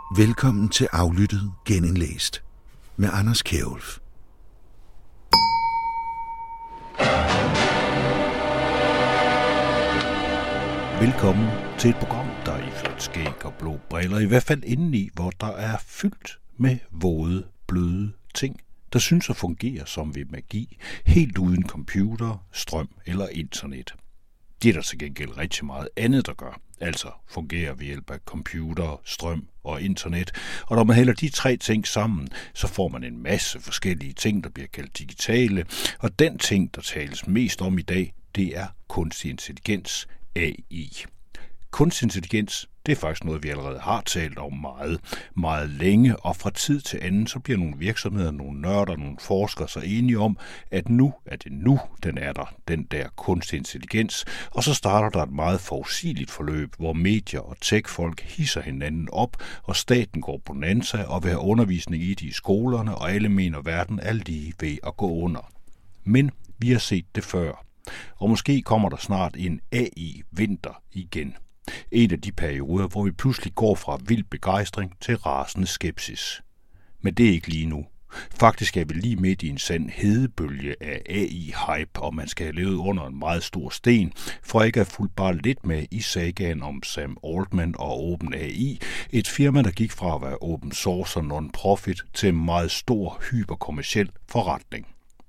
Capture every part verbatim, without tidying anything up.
Velkommen til Aflyttet Genindlæst med Anders Kjærulf. Velkommen til et program, der er iført skæg og blå briller, i hvert fald indeni, hvor der er fyldt med våde, bløde ting, der synes at fungere som ved magi, helt uden computer, strøm eller internet. Det er der til gengæld rigtig meget andet, der gør, altså fungerer ved hjælp af computer, strøm og internet. Og når man hælder de tre ting sammen, så får man en masse forskellige ting, der bliver kaldt digitale. Og den ting, der tales mest om i dag, det er kunstig intelligens, A I. Kunstig intelligens, det er faktisk noget, vi allerede har talt om meget, meget længe, og fra tid til anden, så bliver nogle virksomheder, nogle nørder, nogle forskere så enige om, at nu er det nu, den er der, den der kunstig intelligens, og så starter der et meget forudsigeligt forløb, hvor medier og tech-folk hisser hinanden op, og staten går bonanza og vil have undervisning i det i skolerne, og alle mener, verden er lige ved at gå under. Men vi har set det før, og måske kommer der snart en A I-vinter igen. En af de perioder, hvor vi pludselig går fra vild begejstring til rasende skepsis. Men det er ikke lige nu. Faktisk er vi lige midt i en sand hedebølge af A I-hype, og man skal have levet under en meget stor sten, for ikke at fulgt bare lidt med i sagaen om Sam Altman og OpenAI, et firma, der gik fra at være open source og non-profit til en meget stor, hyperkommerciel forretning.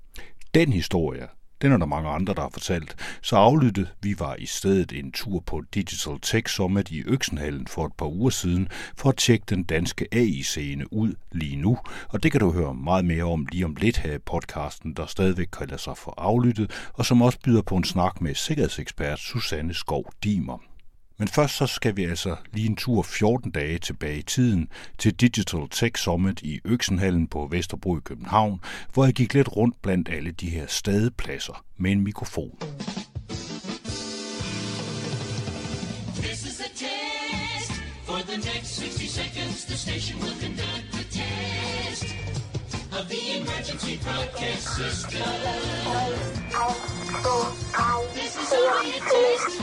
Den historie, den er der mange andre, der har fortalt, så aflyttet vi var i stedet en tur på Digital Tech Summit i Øksenhallen for et par uger siden, for at tjekke den danske A I-scene ud lige nu, og det kan du høre meget mere om lige om lidt her i podcasten, der stadigvæk kalder sig for Aflyttet, og som også byder på en snak med sikkerhedsekspert Susanne Skov Dimer. Men først så skal vi altså lige en tur fjorten dage tilbage i tiden til Digital Tech Summit i Øksenhallen på Vesterbro i København, hvor jeg gik lidt rundt blandt alle de her stadepladser med en mikrofon. This is a test. For the next sixty seconds, the station will conduct a test of the emergency broadcast system. This is only a test.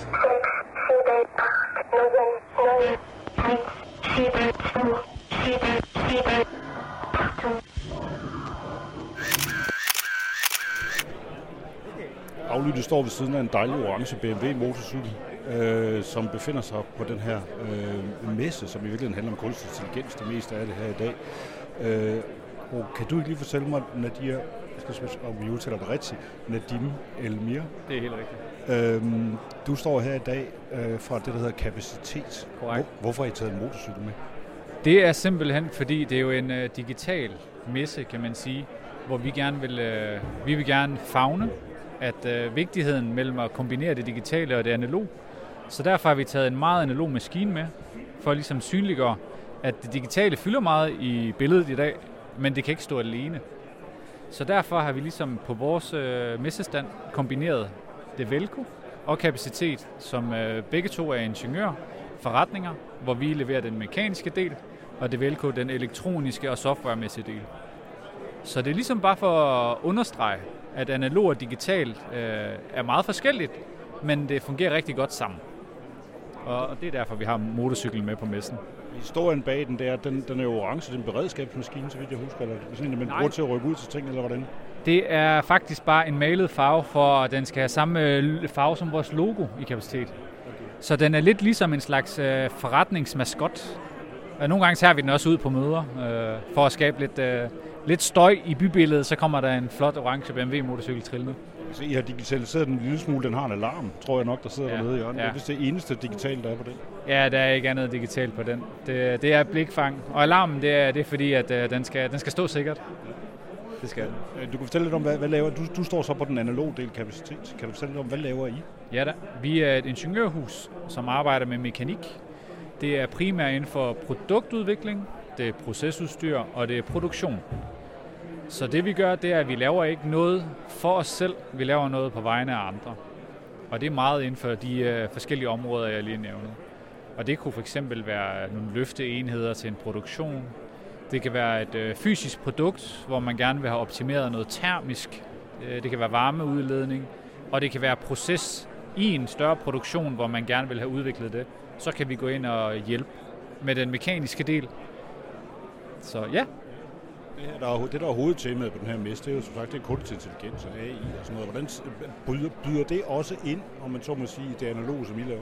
Aflyttet står ved siden af en dejlig orange B M W motorcykel, øh, som befinder sig på den her øh, messe, som i virkeligheden handler om kunstig intelligens, det meste af det her i dag. Øh, og kan du ikke lige fortælle mig, Nadia, jeg skal spørge, om vi udtaler det rigtigt, Nadim Elmir? Det er helt rigtigt. Øhm, du står her i dag øh, fra det, der hedder kapacitet. Korrekt. Hvor, hvorfor har I taget en motorcykel med? Det er simpelthen, fordi det er jo en uh, digital messe, kan man sige, hvor vi gerne vil, uh, vi vil gerne favne, at uh, vigtigheden mellem at kombinere det digitale og det analog. Så derfor har vi taget en meget analog maskine med, for at ligesom synliggøre, at det digitale fylder meget i billedet i dag, men det kan ikke stå alene. Så derfor har vi ligesom på vores uh, messestand kombineret Develco og kapacitet, som øh, begge to er ingeniør, forretninger, hvor vi leverer den mekaniske del, og Develco den elektroniske og softwaremæssige del. Så det er ligesom bare for at understrege, at analog og digital øh, er meget forskelligt, men det fungerer rigtig godt sammen. Og det er derfor, vi har motorcyklen med på messen. Historien bag den, der, den, den er jo orange, den beredskabsmaskine, så vidt jeg husker, eller er det sådan en, man bruger til at rykke ud til ting, eller hvordan? Det er faktisk bare en malet farve, for at den skal have samme farve som vores logo i kapacitet. Okay. Så den er lidt ligesom en slags øh, forretningsmaskot. Og nogle gange tager vi den også ud på møder, øh, for at skabe lidt, øh, lidt støj i bybilledet, så kommer der en flot orange B M W-motorcykel trillende. Så I har digitaliseret den en lille smule, den har en alarm, tror jeg nok, der sidder ja, dernede i hjørnet. Ja. Det er vist det eneste digitale, der er på den. Ja, der er ikke andet digitalt på den. Det, det er blikfang. Og alarmen, det er, det er fordi, at øh, den, skal, den skal stå sikkert. Det skal den. Du kan fortælle lidt om, hvad, hvad laver du? Du står så på den analoge del kapacitet. Kan du fortælle lidt om, hvad laver I? Ja da. Vi er et ingeniørhus, som arbejder med mekanik. Det er primært inden for produktudvikling, det er procesudstyr og det er produktion. Så det vi gør, det er, at vi laver ikke noget for os selv, vi laver noget på vegne af andre. Og det er meget inden for de uh, forskellige områder, jeg lige nævnte. Og det kunne fx være nogle løfteenheder til en produktion. Det kan være et øh, fysisk produkt, hvor man gerne vil have optimeret noget termisk. Det kan være varmeudledning, og det kan være proces i en større produktion, hvor man gerne vil have udviklet det. Så kan vi gå ind og hjælpe med den mekaniske del. Så ja. Det, der er, det, der er hovedtemaet på den her messe, det er jo som sagt, det er kunstig intelligens og A I og sådan noget. Hvordan byder, byder det også ind, om man så må sige, det analoge, som I laver?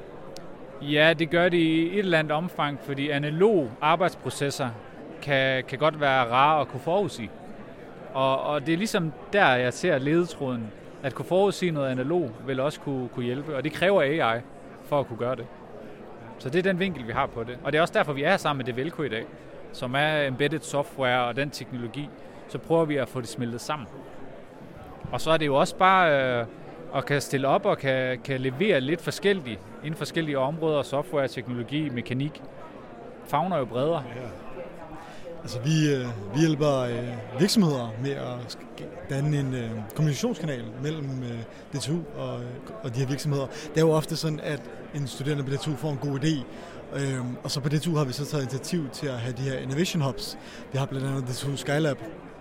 Ja, det gør det i et eller andet omfang, fordi analog arbejdsprocesser kan, kan godt være rare at kunne forudsige. Og, og det er ligesom der, jeg ser ledetråden. At kunne forudsige noget analog vil også kunne, kunne hjælpe, og det kræver A I for at kunne gøre det. Så det er den vinkel, vi har på det. Og det er også derfor, vi er her sammen med Develco i dag, som er embedded software og den teknologi. Så prøver vi at få det smeltet sammen. Og så er det jo også bare øh, at kan stille op og kan, kan levere lidt forskelligt inden forskellige områder, software, teknologi, mekanik. Favner jo bredere. Altså, vi, øh, vi hjælper øh, virksomheder med at danne en øh, kommunikationskanal mellem øh, D T U og, og de her virksomheder. Det er jo ofte sådan, at en studerende på D T U får en god idé, øh, og så på D T U har vi så taget initiativ til at have de her innovation hubs. Vi har blandt andet D T U Skylab.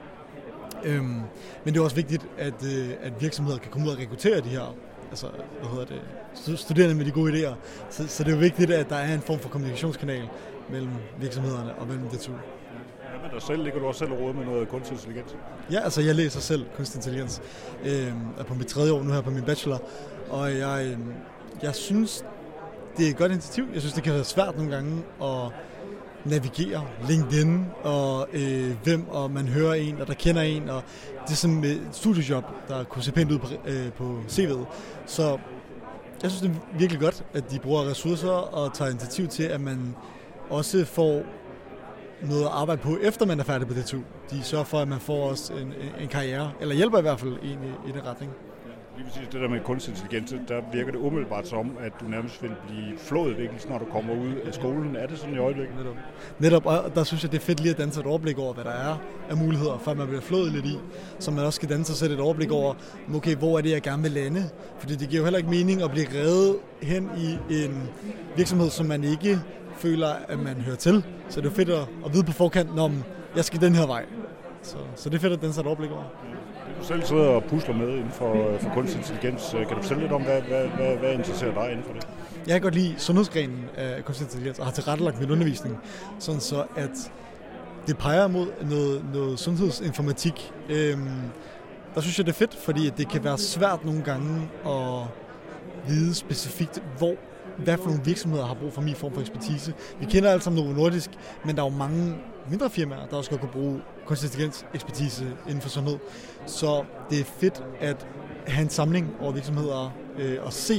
Øh, men det er også vigtigt, at, øh, at virksomheder kan komme ud og rekruttere de her altså, hvad hedder det, studerende med de gode idéer. Så, så det er jo vigtigt, at der er en form for kommunikationskanal mellem virksomhederne og mellem D T U. Og selv ligger du også selv råd med noget kunstig intelligens? Ja, altså jeg læser selv kunstig intelligens. Jeg er på mit tredje år nu her på min bachelor, og jeg, øh, jeg synes, det er et godt initiativ. Jeg synes, det kan være svært nogle gange at navigere LinkedIn, og øh, hvem, og man hører en, og der kender en, og det er som et studiejob, der kunne se pænt ud på, øh, på C V'et. Så jeg synes, det er virkelig godt, at de bruger ressourcer og tager initiativ til, at man også får noget at arbejde på, efter man er færdig på D T U. De sørger for, at man får også en, en karriere, eller hjælper i hvert fald en i, i den retning. Ja, lige præcis det der med kunstig intelligens, der virker det umiddelbart som, at du nærmest vil blive flået væk, når du kommer ud af skolen. Er det sådan i øjeblikket? Netop. Netop, og der synes jeg, det er fedt lige at danse et overblik over, hvad der er af muligheder, før man bliver flået lidt i, så man også skal danse og sætte et overblik over, okay, hvor er det, jeg gerne vil lande? Fordi det giver jo heller ikke mening at blive revet hen i en virksomhed, som man ikke føler, at man hører til. Så det er fedt at, at vide på forkant, når jeg skal den her vej. Så, så det er fedt, at den sætter overblik over. Det du selv sidder og pusler med inden for, for kunstig intelligens. Kan du fortælle lidt om, hvad, hvad, hvad, hvad interesserer dig inden for det? Jeg kan godt lide sundhedsgrenen af kunstig intelligens og har tilrettelagt min undervisning, sådan så at det peger mod noget, noget sundhedsinformatik. Øhm, der synes jeg, det er fedt, fordi det kan være svært nogle gange at vide specifikt, hvor hvad for nogle virksomheder har brug for min form for ekspertise. Vi kender alle sammen Novo Nordisk, men der er jo mange mindre firmaer, der også godt kunne bruge kunstig intelligens ekspertise inden for sundhed. Så det er fedt at have en samling over virksomheder øh, og se,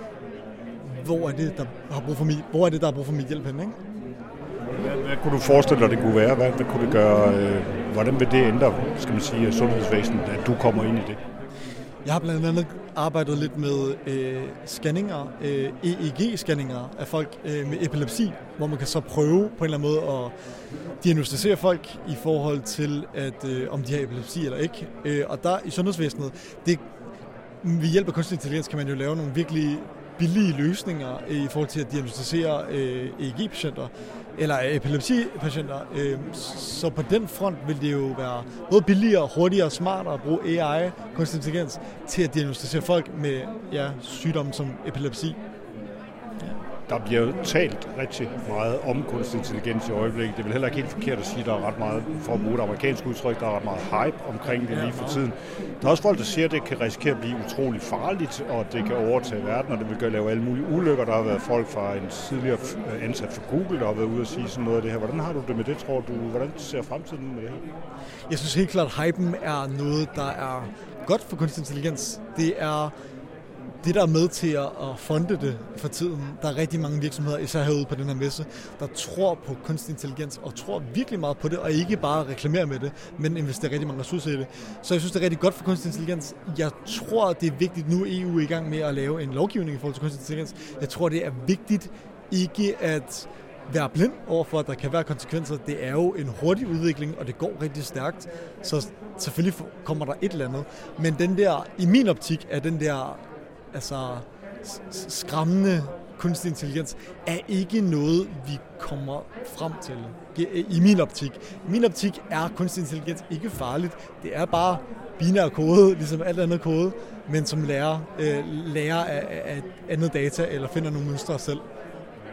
hvor er det, der har brug for mit, hvor er det, der har brug for mit hjælp hen, ikke? Hvad, hvad kunne du forestille dig, det kunne være? Hvad, hvad kunne det gøre? Øh, hvordan vil det ændre, skal man sige, sundhedsvæsenet, at du kommer ind i det? Jeg har blandt andet arbejdet lidt med øh, scanninger, øh, E E G-scanninger af folk øh, med epilepsi, hvor man kan så prøve på en eller anden måde at diagnostisere folk i forhold til, at, øh, om de har epilepsi eller ikke. Øh, og der i sundhedsvæsenet, det, ved hjælp af kunstig intelligens kan man jo lave nogle virkelig billige løsninger i forhold til at diagnostisere øh, E E G-patienter eller epilepsipatienter. Øh, så på den front vil det jo være både billigere, hurtigere og smartere at bruge A I, kunstig intelligens, til at diagnostisere folk med ja, sygdomme som epilepsi. Der bliver jo talt rigtig meget om kunstig intelligens i øjeblikket. Det er vel heller ikke helt forkert at sige, at der er ret meget, for at bruge et amerikansk udtryk, der er ret meget hype omkring det lige for tiden. Der er også folk, der siger, at det kan risikere at blive utrolig farligt, og det kan overtage verden, og det vil gøre lave alle mulige ulykker. Der har været folk fra en tidligere ansat for Google, der har været ude og sige sådan noget af det her. Hvordan har du det med det, tror du? Hvordan ser fremtiden med det her? Jeg synes helt klart, at hypen er noget, der er godt for kunstig intelligens. Det er det, der er med til at fonde det for tiden. Der er rigtig mange virksomheder, især herude på den her messe, der tror på kunstig intelligens og tror virkelig meget på det, og ikke bare reklamerer med det, men investerer rigtig mange ressourcer i det. Så jeg synes, det er rigtig godt for kunstig intelligens. Jeg tror, det er vigtigt nu, E U er i gang med at lave en lovgivning i forhold til kunstig intelligens. Jeg tror, det er vigtigt ikke at være blind over for, at der kan være konsekvenser. Det er jo en hurtig udvikling, og det går rigtig stærkt. Så selvfølgelig kommer der et eller andet. Men den der, i min optik, er den der altså skræmmende kunstig intelligens er ikke noget, vi kommer frem til. I min optik. I min optik er kunstig intelligens ikke farligt. Det er bare binær kode, ligesom alt andet kode, men som lærer, øh, lærer af, af andet data eller finder nogle mønstre selv.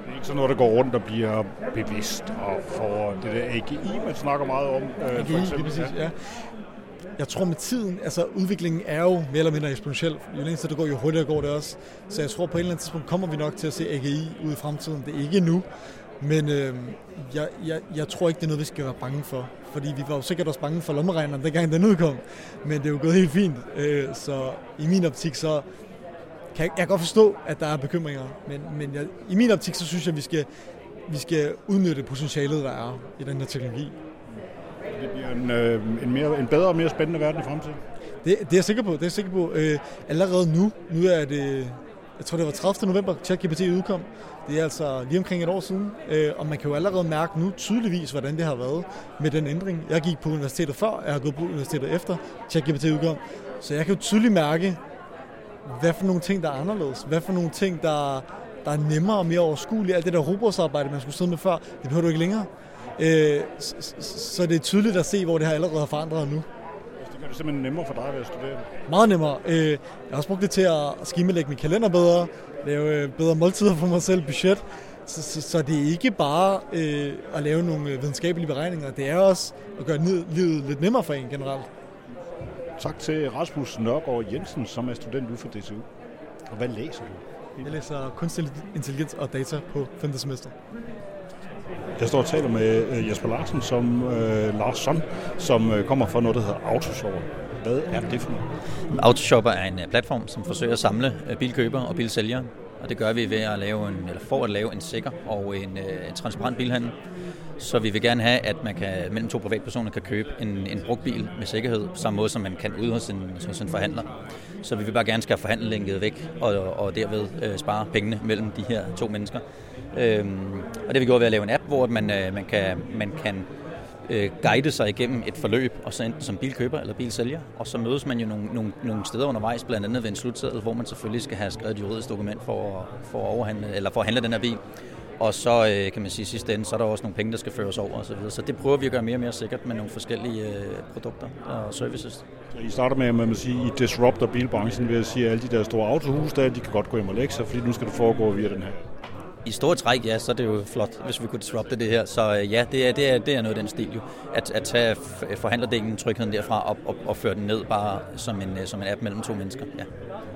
Det er ikke sådan noget, der går rundt og bliver bevidst og får det der A G I, man snakker meget om. Øh, A G I, det er præcis, ja. Jeg tror med tiden, altså udviklingen er jo mere eller mindre eksponentiel. Jo længere det går, jo hurtigere går det også. Så jeg tror på et eller andet tidspunkt kommer vi nok til at se A G I ud i fremtiden. Det er ikke nu, men øh, jeg, jeg, jeg tror ikke, det er noget, vi skal være bange for. Fordi vi var jo sikkert også bange for lommeregneren, dengang den udkom. Men det er jo gået helt fint. Øh, så i min optik, så kan jeg, jeg kan godt forstå, at der er bekymringer. Men, men jeg, i min optik, så synes jeg, at vi skal, vi skal udnytte potentialet, der er i den her teknologi. Det bliver en, øh, en, mere, en bedre og mere spændende verden i fremtiden. Det, det er jeg sikker på. Det er jeg sikker på. Øh, allerede nu, nu er det, jeg tror det var tredivte november, ChatGPT udkom. Det er altså lige omkring et år siden, øh, og man kan jo allerede mærke nu tydeligvis, hvordan det har været med den ændring. Jeg gik på universitetet før, jeg har gået på universitetet efter ChatGPT udkom, så jeg kan jo tydeligt mærke, hvad for nogle ting, der er anderledes. Hvad for nogle ting, der, der er nemmere og mere overskuelige. Alt det der robotsarbejde, man skulle sidde med før, det behøver du ikke længere. Øh, så, så det er tydeligt at se, hvor det her allerede har forandret nu. Det gør det simpelthen nemmere for dig at studere? Meget nemmere. Øh, jeg har også brugt det til at skemalægge min kalender bedre, lave bedre måltider for mig selv, budget. Så, så, så det er ikke bare øh, at lave nogle videnskabelige beregninger, det er også at gøre livet lidt nemmere for en generelt. Tak til Rasmus Nørgaard Jensen, som er student ude for D T U. Og hvad læser du? Jeg læser kunstig intelligens og data på femte semester. Jeg står og taler med Jesper Larsen, som øh, Larsson, som øh, kommer fra noget, der hedder Autoshopper. Hvad er det for noget? Autoshopper er en platform, som forsøger at samle bilkøbere og bilsælgere. Og det gør vi ved at lave en, eller for at lave en sikker og en, en transparent bilhandel. Så vi vil gerne have, at man kan, mellem to privatpersoner kan købe en, en brugt bil med sikkerhed, på samme måde som man kan ude hos en, hos en forhandler. Så vi vil bare gerne skal forhandlelinket væk, og, og derved øh, spare pengene mellem de her to mennesker. Øhm, og det vi gjorde ved at lave en app, hvor man, øh, man kan, man kan øh, guide sig igennem et forløb, og så enten som bilkøber eller bilsælger. Og så mødes man jo nogle, nogle, nogle steder undervejs, blandt andet ved en slutseddel, hvor man selvfølgelig skal have skrevet et juridisk dokument for, for, at, overhandle, eller for at handle den her bil. Og så øh, kan man sige sidste ende, så er der også nogle penge, der skal føres over osv. Så, så det prøver vi at gøre mere og mere sikkert med nogle forskellige øh, produkter og services. I starter med, at man sige, I disrupter bilbranchen ved at sige, at alle de der store autohus, der, de kan godt gå hjem og lægge sig, fordi nu skal det foregå via den her. I store træk, ja, så er det jo flot, hvis vi kunne disrupte det her. Så øh, ja, det er, det, er, det er noget af den stil jo. At, at tage forhandlerdelen, trygheden derfra op og, og føre den ned bare som en, som en app mellem to mennesker. Ja.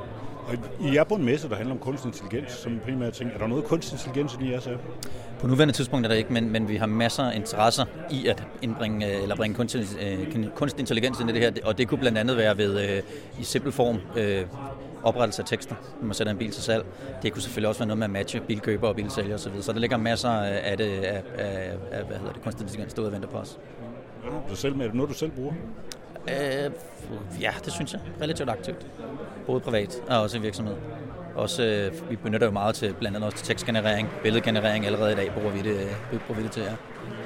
Og I er på en messe, der handler om kunstig intelligens som primært ting. Er der noget kunstig intelligens i jeres app? På nuværende tidspunkt er der ikke, men, men vi har masser af interesser i at indbringe eller bringe kunstig, øh, kunstig intelligens ind i det her. Og det kunne blandt andet være ved øh, i simpel form øh, oprettelse af tekster, når man sætter en bil til salg. Det kunne selvfølgelig også være noget med at matche bilkøber og bilsælger osv. Så der ligger masser af det af, af, af hvad hedder det, kunstig intelligens, der ud og venter på os. Er det, selv med? Er det noget, du selv bruger? Øh, ja, det synes jeg. Relativt aktivt. Både privat og også i virksomhed. Også, øh, vi benytter jo meget til blandt andet også til tekstgenerering, billedgenerering. Allerede i dag bruger vi det, bruger vi det til, ja.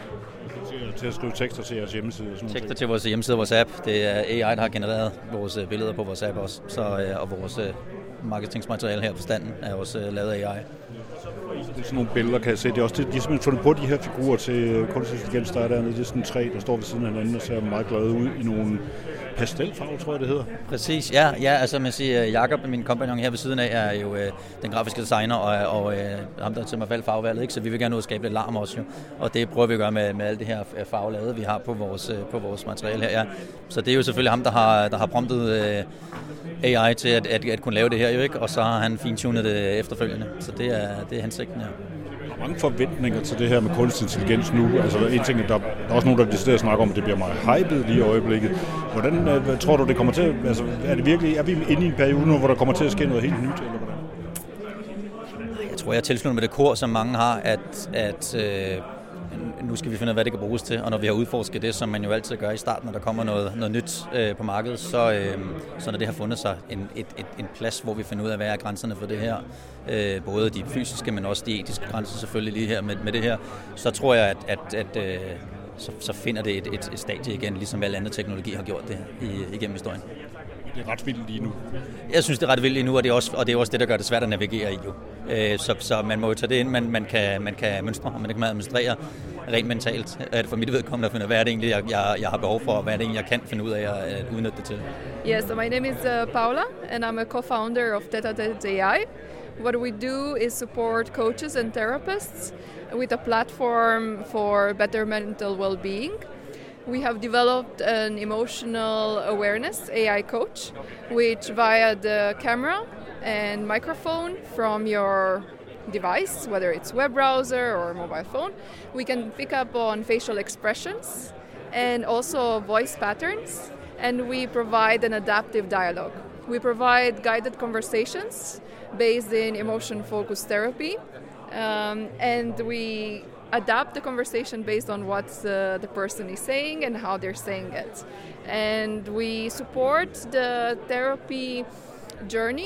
Til, til at skrive tekster til jeres hjemmeside? Og sådan tekster til vores hjemmeside og vores app. Det er A I, der har genereret vores billeder på vores app også. Så, øh, og vores øh, marketingsmateriale her på standen er også øh, lavet af A I. Det er sådan nogle billeder, kan jeg se. Det er også det, de har simpelthen fundet på de her figurer til kunstig intelligens, der er dernede. Det er sådan tre, der står ved siden af hinanden og ser meget glade ud i nogle pastelfarver, tror jeg det hedder. Præcis, ja. ja altså man siger, Jakob, min kompagnon her ved siden af, er jo øh, den grafiske designer og, og øh, ham, der til mig valgt farvevalget, ikke? Så vi vil gerne ud og skabe lidt larm også jo. Og det prøver vi at gøre med, med alt det her farvelade, vi har på vores, øh, på vores materiale her. Ja. Så det er jo selvfølgelig ham, der har, der har promptet øh, A I til at, at, at kunne lave det her jo, ikke? Og så har han fintunet det efterfølgende. Så det er, det er hensigten, ja. Der er mange forventninger til det her med kunstig intelligens nu. Altså en ting, der, der er også nogen, der deciderer at snakke om, at det bliver meget hypet lige i øjeblikket. Hvordan hvad, tror du, det kommer til? Altså, er det virkelig, er vi inde i en periode nu, hvor der kommer til at ske noget helt nyt, eller hvordan? Jeg tror, jeg tilslutter med det kor, som mange har, at, at øh, nu skal vi finde ud af, hvad det kan bruges til. Og når vi har udforsket det, som man jo altid gør i starten, når der kommer noget, noget nyt øh, på markedet, så, øh, så når det har fundet sig en, et, et, en plads, hvor vi finder ud af, hvad er grænserne for det her, øh, både de fysiske, men også de etiske grænser selvfølgelig lige her med, med det her, så tror jeg, at, at, at øh, så, så finder det et, et, et stadie igen, ligesom al anden teknologi har gjort det i, igennem historien. Det er ret vildt lige nu. Jeg synes, det er ret vildt lige nu, og det er også, og det, er også det, der gør det svært at navigere i. Jo. Øh, så, så man må jo tage det ind, man, man, kan, man kan mønstre, og man kan administrere rent mentalt. For mit vedkommende at finde, hvad er det egentlig, jeg, jeg, jeg har behov for, og hvad er det egentlig, jeg kan finde ud af at, at udnytte det til. Yes, so my name is uh, Paula, and I'm a co-founder of Data A I. What we do is support coaches and therapists with a platform for better mental well-being. We have developed an emotional awareness A I coach, which via the camera and microphone from your device, whether it's web browser or mobile phone, we can pick up on facial expressions and also voice patterns, and we provide an adaptive dialogue. We provide guided conversations based in emotion-focused therapy, um, and we adapt the conversation based on what uh, the person is saying and how they're saying it. And we support the therapy journey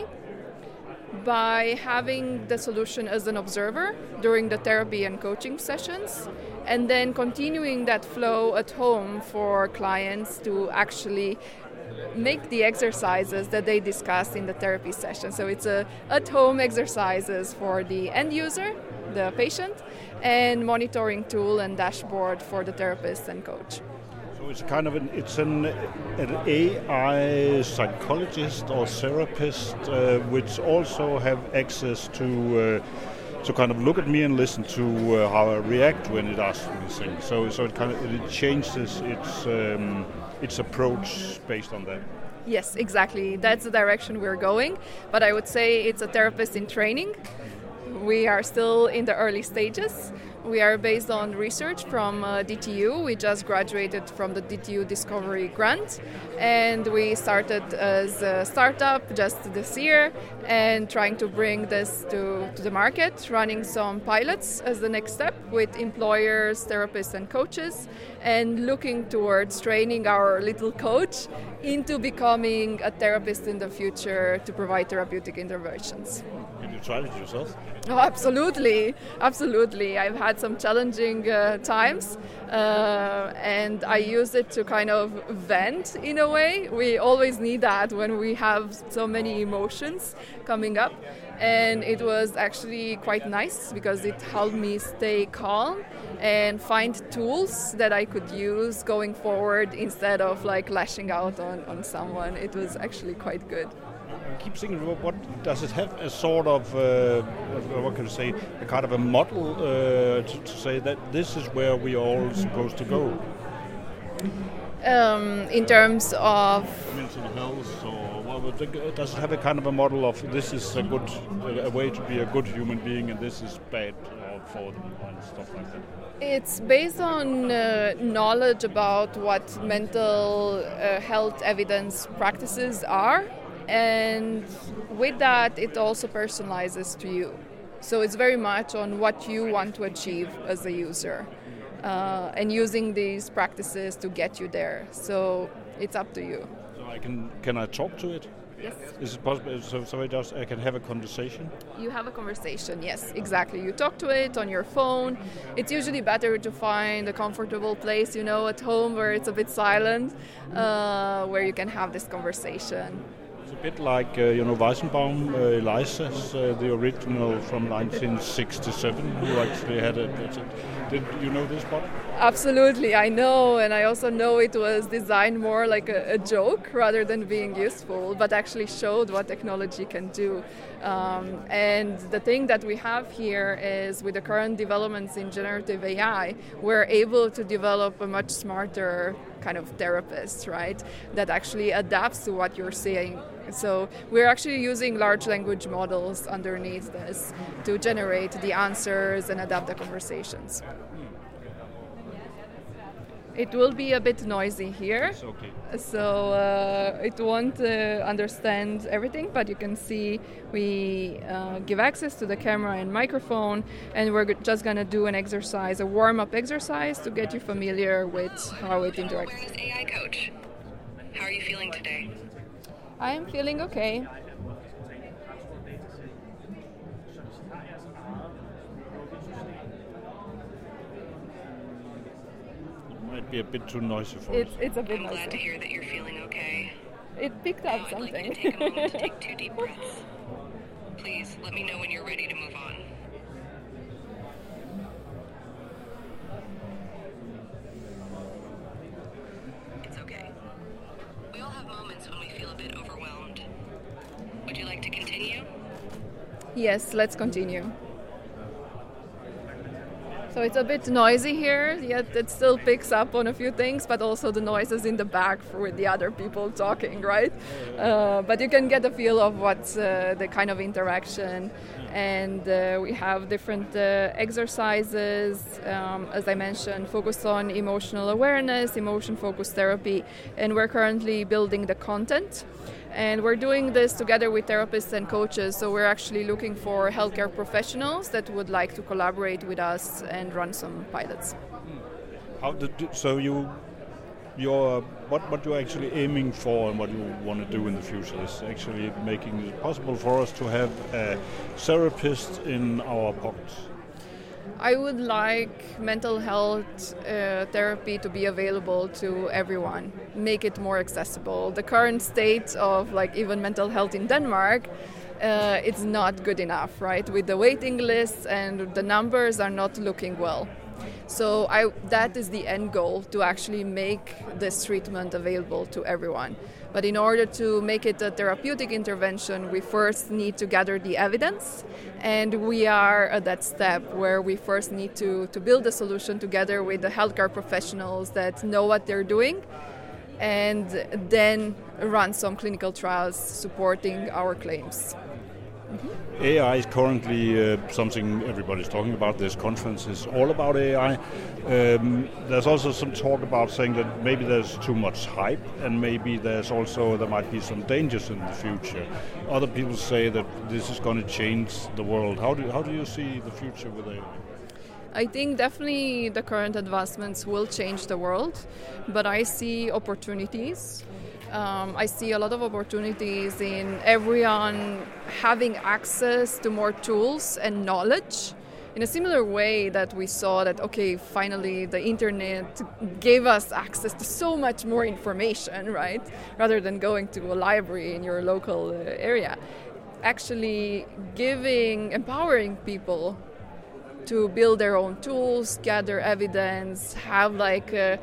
by having the solution as an observer during the therapy and coaching sessions, and then continuing that flow at home for clients to actually make the exercises that they discuss in the therapy session. So it's a at-home exercises for the end user, the patient, and monitoring tool and dashboard for the therapist and coach. So it's kind of an it's an, an A I psychologist or therapist uh, which also have access to uh, to kind of look at me and listen to uh, how I react when it asks me things. So so it kind of it changes its um, its approach based on that. Yes, exactly. That's the direction we're going. But I would say it's a therapist in training. We are still in the early stages. We are based on research from uh, D T U. We just graduated from the D T U Discovery Grant, and we started as a startup just this year and trying to bring this to, to the market, running some pilots as the next step with employers, therapists, and coaches, and looking towards training our little coach into becoming a therapist in the future to provide therapeutic interventions. Can you try it yourself? Oh, absolutely, absolutely. I've had some challenging uh, times, uh, and I use it to kind of vent in a way. We always need that when we have so many emotions coming up, and it was actually quite nice because it helped me stay calm and find tools that I could use going forward instead of like lashing out on, on someone. It was actually quite good. I keep thinking, what does it have a sort of, uh, what can you say, a kind of a model uh, to, to say that this is where we are all supposed to go? Um, in terms of mental health, or what, does it have a kind of a model of this is a good, a way to be a good human being, and this is bad for them and stuff like that? It's based on uh, knowledge about what mental uh, health evidence practices are. And with that, it also personalizes to you. So it's very much on what you want to achieve as a user, uh, and using these practices to get you there. So it's up to you. So I can can I talk to it? Yes. Is it possible? So, so I just I can have a conversation. You have a conversation. Yes, exactly. You talk to it on your phone. It's usually better to find a comfortable place, you know, at home where it's a bit silent, uh, where you can have this conversation. It's a bit like, uh, you know, Weizenbaum, uh, Eliza's, uh, the original from nineteen sixty-seven, who actually had a... Did you know this one? Absolutely, I know, and I also know it was designed more like a, a joke rather than being useful, but actually showed what technology can do. Um, and the thing that we have here is, with the current developments in generative A I, we're able to develop a much smarter kind of therapist, right, that actually adapts to what you're saying. So we're actually using large language models underneath this to generate the answers and adapt the conversations. It will be a bit noisy here, It's okay. so uh, it won't uh, understand everything, but you can see we uh, give access to the camera and microphone, and we're g- just going to do an exercise, a warm-up exercise to get you familiar with how it interacts. Awareness A I coach. How are you feeling today? I'm feeling okay. Might be a bit too noisy for It's us. it's a bit I'm glad to noisy. hear that you're feeling okay. It picked up Now I'd like you something. to take a moment to take two deep breaths. Please let me know when you're ready to move on. It's okay. We all have moments when we feel a bit overwhelmed. Would you like to continue? Yes, let's continue. So it's a bit noisy here, yet it still picks up on a few things, but also the noises in the back with the other people talking, right? Uh, but you can get a feel of what's uh, the kind of interaction. And uh, we have different uh, exercises, um, as I mentioned, focused on emotional awareness, emotion-focused therapy, and we're currently building the content. And we're doing this together with therapists and coaches, so we're actually looking for healthcare professionals that would like to collaborate with us and run some pilots. How did you, so you, you're, what, what you're actually aiming for and what you want to do in the future is actually making it possible for us to have a therapist in our pockets? I would like mental health uh, therapy to be available to everyone, make it more accessible. The current state of like even mental health in Denmark, uh, it's not good enough, right? With the waiting lists and the numbers are not looking well. So I, that is the end goal, to actually make this treatment available to everyone. But in order to make it a therapeutic intervention, we first need to gather the evidence. And we are at that step where we first need to, to build a solution together with the healthcare professionals that know what they're doing, and then run some clinical trials supporting our claims. Mm-hmm. A I is currently uh, something everybody's talking about. This conference is all about A I. Um, there's also some talk about saying that maybe there's too much hype, and maybe there's also there might be some dangers in the future. Other people say that this is going to change the world. How do how do you see the future with A I? I think definitely the current advancements will change the world, but I see opportunities. Um, I see a lot of opportunities in everyone having access to more tools and knowledge in a similar way that we saw that, okay, finally the internet gave us access to so much more information, right? Rather than going to a library in your local uh, area. Actually giving, empowering people to build their own tools, gather evidence, have like a,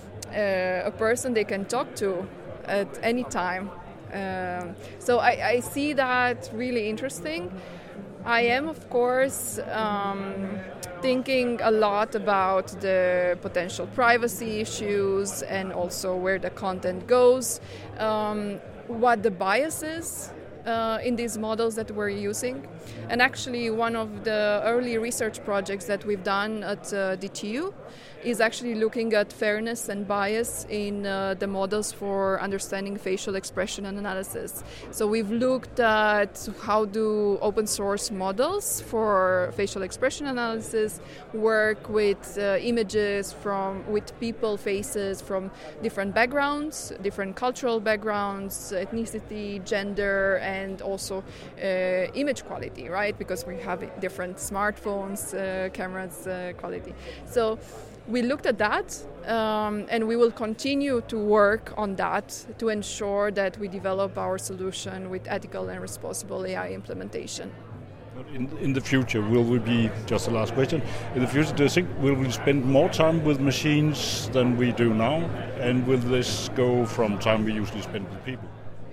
a, a person they can talk to at any time. Um, so I, I see that really interesting. I am, of course, um, thinking a lot about the potential privacy issues and also where the content goes, um, what the bias is uh, in these models that we're using. And actually, one of the early research projects that we've done at uh, D T U is actually looking at fairness and bias in uh, the models for understanding facial expression and analysis. So we've looked at how do open source models for facial expression analysis work with uh, images from with people faces from different backgrounds, different cultural backgrounds, ethnicity, gender, and also uh, image quality, right? Because we have different smartphones, uh, cameras uh, quality. So we looked at that, um, and we will continue to work on that to ensure that we develop our solution with ethical and responsible A I implementation. In, in the future, will we be, just the last question, in the future, do you think will we spend more time with machines than we do now? And will this go from time we usually spend with people?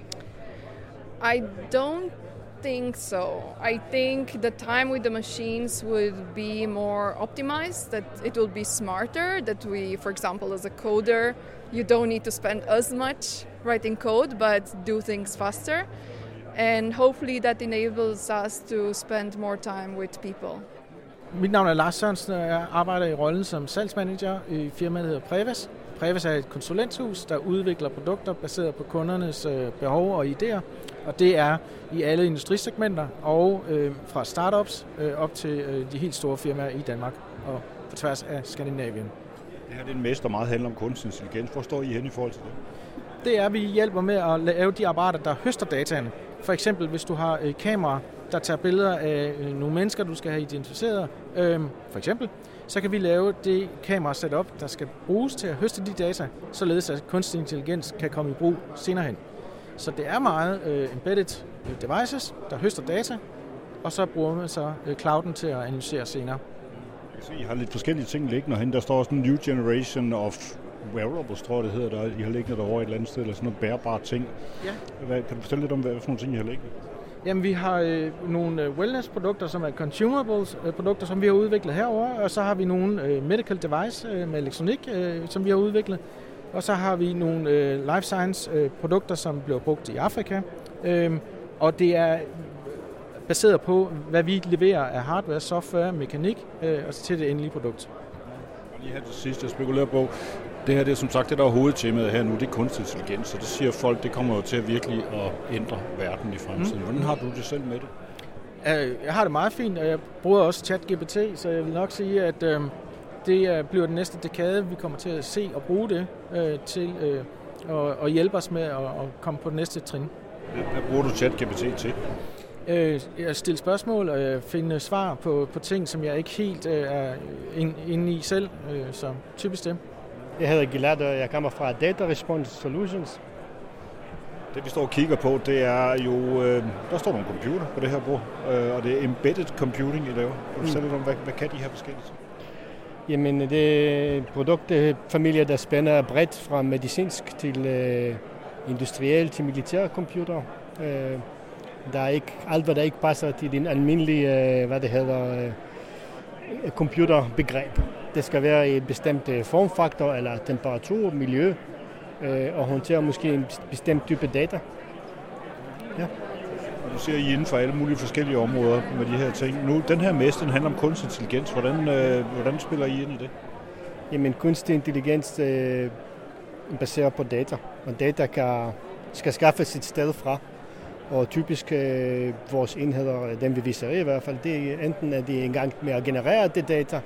I don't think so. I think the time with the machines would be more optimized, that it will be smarter, that we, for example, as a coder, you don't need to spend as much writing code, but do things faster. And hopefully that enables us to spend more time with people. Mit navn er Lars Sørensen, og jeg arbejder i rollen som salgsmanager i firmaet, der hedder Preves. Preves er et konsulenthus, der udvikler produkter baseret på kundernes behov og idéer. Og det er i alle industrisegmenter og øh, fra startups øh, op til øh, de helt store firmaer i Danmark og på tværs af Skandinavien. Det her er en messe, der meget handler om kunstig intelligens. Hvor står I hen i forhold til det? Det er, at vi hjælper med at lave de apparater, der høster dataen. For eksempel, hvis du har øh, kameraer, der tager billeder af øh, nogle mennesker, du skal have identificeret, øh, for eksempel, så kan vi lave det kamera-setup, der skal bruges til at høste de data, således at kunstig intelligens kan komme i brug senere hen. Så det er meget øh, embedded devices, der høster data, og så bruger man så øh, clouden til at analysere senere. Jeg kan se, I har lidt forskellige ting liggende herinde. Der står sådan en new generation of wearables, tror jeg det hedder, der I har liggende derovre et eller andet sted, eller sådan nogle bærbare ting. Ja. Hvad, kan du fortælle lidt om, hvad for nogle ting I har liggende? Jamen, vi har øh, nogle øh, wellness-produkter, som er consumables-produkter, som vi har udviklet herover, og så har vi nogle øh, medical device øh, med elektronik, øh, som vi har udviklet, og så har vi nogle øh, life science-produkter, øh, som bliver brugt i Afrika, øh, og det er baseret på, hvad vi leverer af hardware, software, mekanik, øh, og til det endelige produkt. Og lige her til sidst, jeg spekulerer på, det her det er som sagt det, der er hovedtemaet her nu, det er kunstig intelligens, og det siger folk, det kommer jo til at virkelig at ændre verden i fremtiden. Mm. Hvordan har du det selv med det? Jeg har det meget fint, og jeg bruger også ChatGPT, så jeg vil nok sige, at øh, det bliver den næste dekade, vi kommer til at se og bruge det øh, til øh, at, at hjælpe os med at, at komme på det næste trin. Hvad bruger du ChatGPT til? Øh, jeg stiller spørgsmål og jeg finder svar på, på ting, som jeg ikke helt øh, er inde i selv, øh, så typisk det. Jeg hedder Gilad, og jeg kommer fra Data Response Solutions. Det vi står og kigger på, det er jo, øh, der står nogle computer på det her bord, øh, og det er embedded computing, I laver. Kan du fortælle lidt om, hvad, hvad kan de her forskellige ting? Jamen, det er produktfamilier, der spænder bredt fra medicinsk til øh, industriel til militære computer. Øh, der er ikke alt, hvad der ikke passer til din almindelige, øh, hvad det hedder, øh, computerbegreb. Det skal være i et bestemt formfaktor eller temperatur, miljø, øh, og håndtere måske en bestemt type data. Ja. Og du ser I inden for alle mulige forskellige områder med de her ting. Nu, den her messe, den handler om kunstig intelligens. Hvordan, øh, hvordan spiller I ind i det? Jamen, kunstig intelligens øh, baserer på data, og data kan, skal skaffes et sted fra. Og typisk øh, vores enheder, den vi viser i hvert fald, det er enten at de er i gang med at generere det data,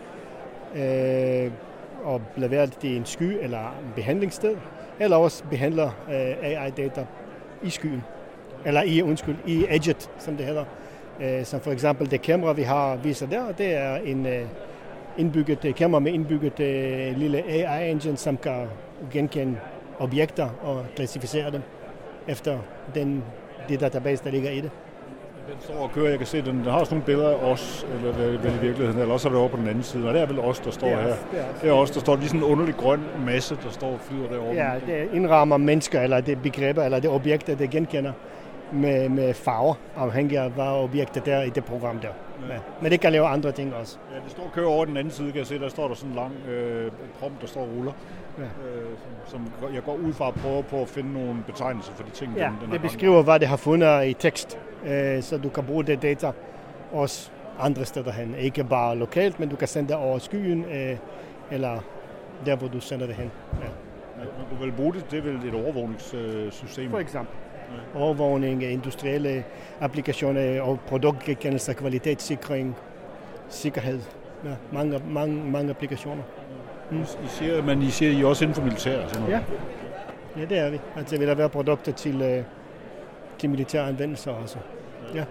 øh, og levere det i en sky eller en behandlingssted, eller også behandler øh, A I-data i skyen, eller i, undskyld, i edget, som det hedder. Øh, som for eksempel det kamera, vi har viser der, det er en øh, indbygget kamera med indbygget øh, lille A I-engine, som kan genkende objekter og klassificere dem efter den det database, der ligger i det. Den står og kører, jeg kan se, den, den har også nogle billeder af os, eller vel, vel i virkeligheden, eller også er det over på den anden side, og det er vel os, der står det er her. Os, det er, det er os, der står lige sådan en underlig grøn masse, der står og flyder derovre. Ja, det indrammer mennesker, eller det begreber, eller det objekter, det genkender med, med farver, afhængig af hvad objektet der i det program der. Ja. Men det kan lave andre ting også. Ja, det står og kører over den anden side, kan jeg se, der står der sådan en lang øh, prompt, der står og ruller. Ja. Øh, som, som jeg går ud fra at prøve på at finde nogle betegnelser for de ting, ja, den, den det beskriver, hvad det har fundet i tekst, øh, så du kan bruge det data også andre steder hen. Ikke bare lokalt, men du kan sende det over skyen, øh, eller der, hvor du sender det hen. Ja. Ja, du vil bruge det, det er vel et overvågningssystem? For eksempel. Ja. Overvågning, industrielle applikationer og produktgenkendelse, kvalitetssikring, sikkerhed. Ja, mange, mange, mange applikationer. Mm. I siger, men I siger, I er også inden for militær? Ja. Ja, det er vi. Altså, vil der være produkter til, øh, til militære anvendelser også. Ja.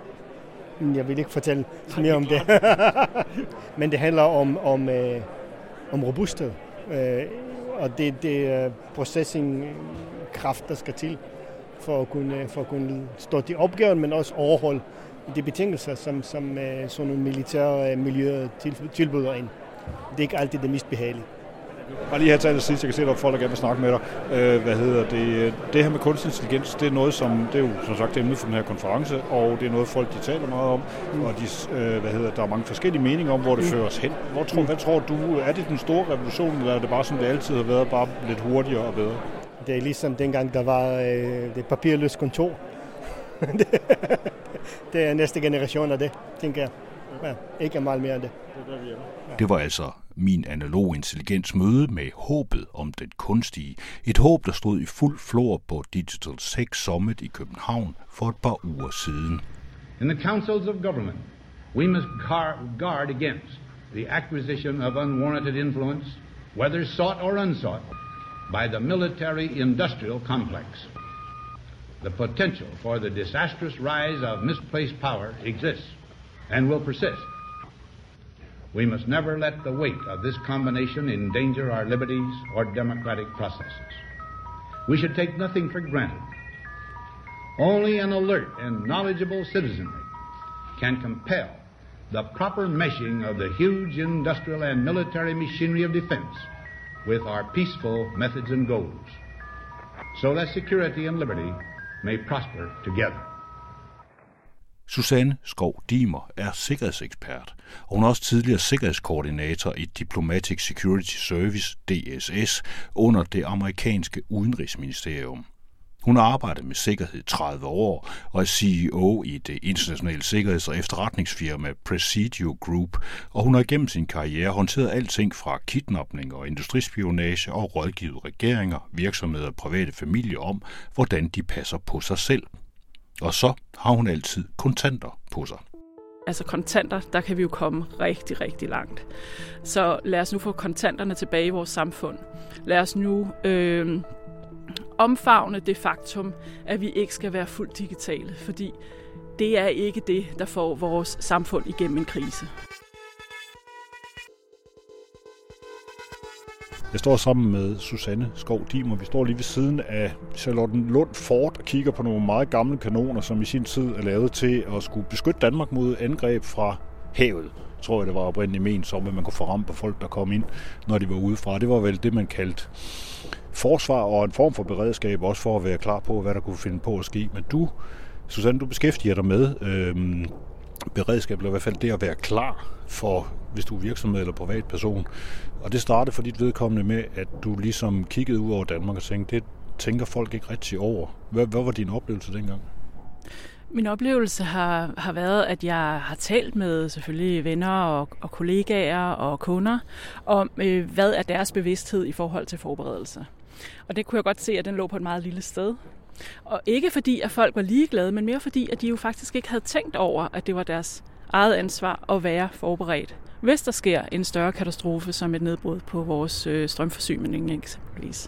Jeg vil ikke fortælle mere om det. Men det handler om, om, øh, om robusthed. Øh, og det, det er processing-kraft, der skal til for at kunne, for at kunne stå til opgaven, men også overholde de betingelser, som, som øh, sådan nogle militære miljøer til, tilbyder ind. Det er ikke altid det mest behagelige. Bare lige her til sidst, jeg kan se, at der er folk, der gerne vil snakke med dig. Øh, hvad hedder det? Det her med kunstig intelligens, det er noget, som, det er jo som sagt emnet for den her konference, og det er noget, folk de taler meget om, mm. og de, øh, hvad hedder, der er mange forskellige meninger om, hvor det mm. fører os hen. Hvor tror, mm. Hvad tror du, er det den store revolution, eller er det bare som det altid har været, bare lidt hurtigere og bedre? Det er ligesom dengang, der var øh, det papirløse kontor. Det er næste generation af det, tænker jeg. Ja, ikke meget mere end det. Det var altså min analog intelligens møde med håbet om den kunstige. Et håb, der stod i fuld flor på Digital Six Summit i København for et par uger siden. In the councils of government, we must guard against the acquisition of unwarranted influence, whether sought or unsought, by the military-industrial complex. The potential for the disastrous rise of misplaced power exists and will persist. We must never let the weight of this combination endanger our liberties or democratic processes. We should take nothing for granted. Only an alert and knowledgeable citizenry can compel the proper meshing of the huge industrial and military machinery of defense with our peaceful methods and goals, so that security and liberty may prosper together. Susanne Skov Dimer er sikkerhedsekspert, og hun er også tidligere sikkerhedskoordinator i Diplomatic Security Service, D S S, under det amerikanske udenrigsministerium. Hun har arbejdet med sikkerhed i tredive år og er C E O i det internationale sikkerheds- og efterretningsfirma Presidio Group, og hun har gennem sin karriere håndteret alting fra kidnapning og industrispionage og rådgivet regeringer, virksomheder og private familier om, hvordan de passer på sig selv. Og så har hun altid kontanter på sig. Altså kontanter, der kan vi jo komme rigtig, rigtig langt. Så lad os nu få kontanterne tilbage i vores samfund. Lad os nu øh, omfavne det faktum, at vi ikke skal være fuldt digitale, fordi det er ikke det, der får vores samfund igennem en krise. Jeg står sammen med Susanne Skov Dimer. Vi står lige ved siden af Charlottenlund Fort og kigger på nogle meget gamle kanoner, som i sin tid er lavet til at skulle beskytte Danmark mod angreb fra havet. Jeg tror jeg, det var oprindeligt ment som, at man kunne få ramt på folk, der kom ind, når de var udefra. Det var vel det, man kaldte forsvar og en form for beredskab, også for at være klar på, hvad der kunne finde på at ske. Men du, Susanne, du beskæftiger dig med øhm, beredskab, eller i hvert fald det at være klar for, hvis du er virksomhed eller privatperson. Og det startede for dit vedkommende med, at du ligesom kiggede ud over Danmark og tænkte, det tænker folk ikke rigtig over. Hvad, hvad var din oplevelse dengang? Min oplevelse har, har været, at jeg har talt med selvfølgelig venner og, og kollegaer og kunder om, øh, hvad er deres bevidsthed i forhold til forberedelse. Og det kunne jeg godt se, at den lå på et meget lille sted. Og ikke fordi, at folk var ligeglade, men mere fordi, at de jo faktisk ikke havde tænkt over, at det var deres eget ansvar at være forberedt, hvis der sker en større katastrofe som et nedbrud på vores øh, strømforsyning eksempelvis.